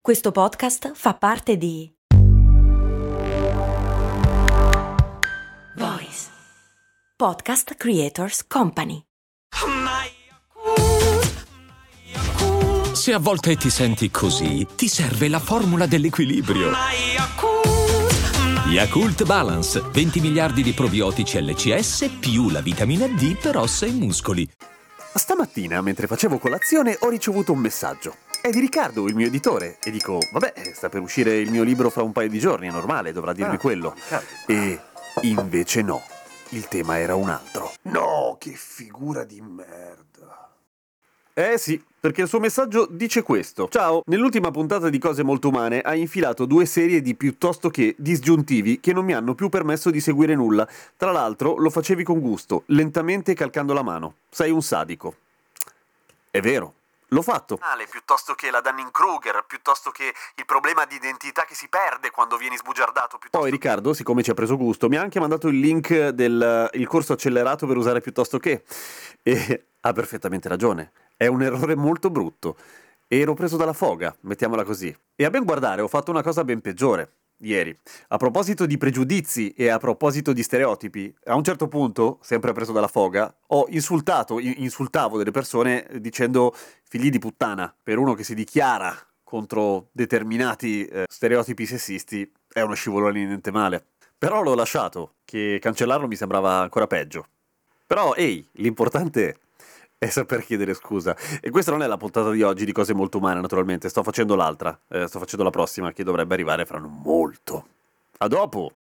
Questo podcast fa parte di Voice Podcast Creators Company. Se a volte ti senti così, ti serve la formula dell'equilibrio. Yakult Balance, 20 miliardi di probiotici LCS più la vitamina D per ossa e muscoli. Stamattina, mentre facevo colazione, ho ricevuto un messaggio. È di Riccardo, il mio editore, e dico, vabbè, sta per uscire il mio libro fra un paio di giorni, è normale, dovrà dirmi quello. E invece no, il tema era un altro. No, che figura di merda. Sì, perché il suo messaggio dice questo. Ciao, nell'ultima puntata di Cose Molto Umane hai infilato 2 serie di piuttosto che disgiuntivi che non mi hanno più permesso di seguire nulla. Tra l'altro lo facevi con gusto, lentamente calcando la mano. Sei un sadico. È vero. L'ho fatto. Piuttosto che la Dunning-Kruger, piuttosto che il problema di identità che si perde quando vieni sbugiardato. Poi Riccardo, siccome ci ha preso gusto, mi ha anche mandato il link del il corso accelerato per usare piuttosto che. E ha perfettamente ragione. È un errore molto brutto. Ero preso dalla foga, mettiamola così. E a ben guardare ho fatto una cosa ben peggiore. Ieri, a proposito di pregiudizi e a proposito di stereotipi, a un certo punto, sempre preso dalla foga, ho insultavo delle persone dicendo figli di puttana. Per uno che si dichiara contro determinati stereotipi sessisti è uno scivolone in niente male. Però l'ho lasciato, che cancellarlo mi sembrava ancora peggio. Però, l'importante è saper chiedere scusa. E questa non è la puntata di oggi di Cose Molto Umane, naturalmente. Sto facendo l'altra. Sto facendo la prossima, che dovrebbe arrivare fra non molto. A dopo!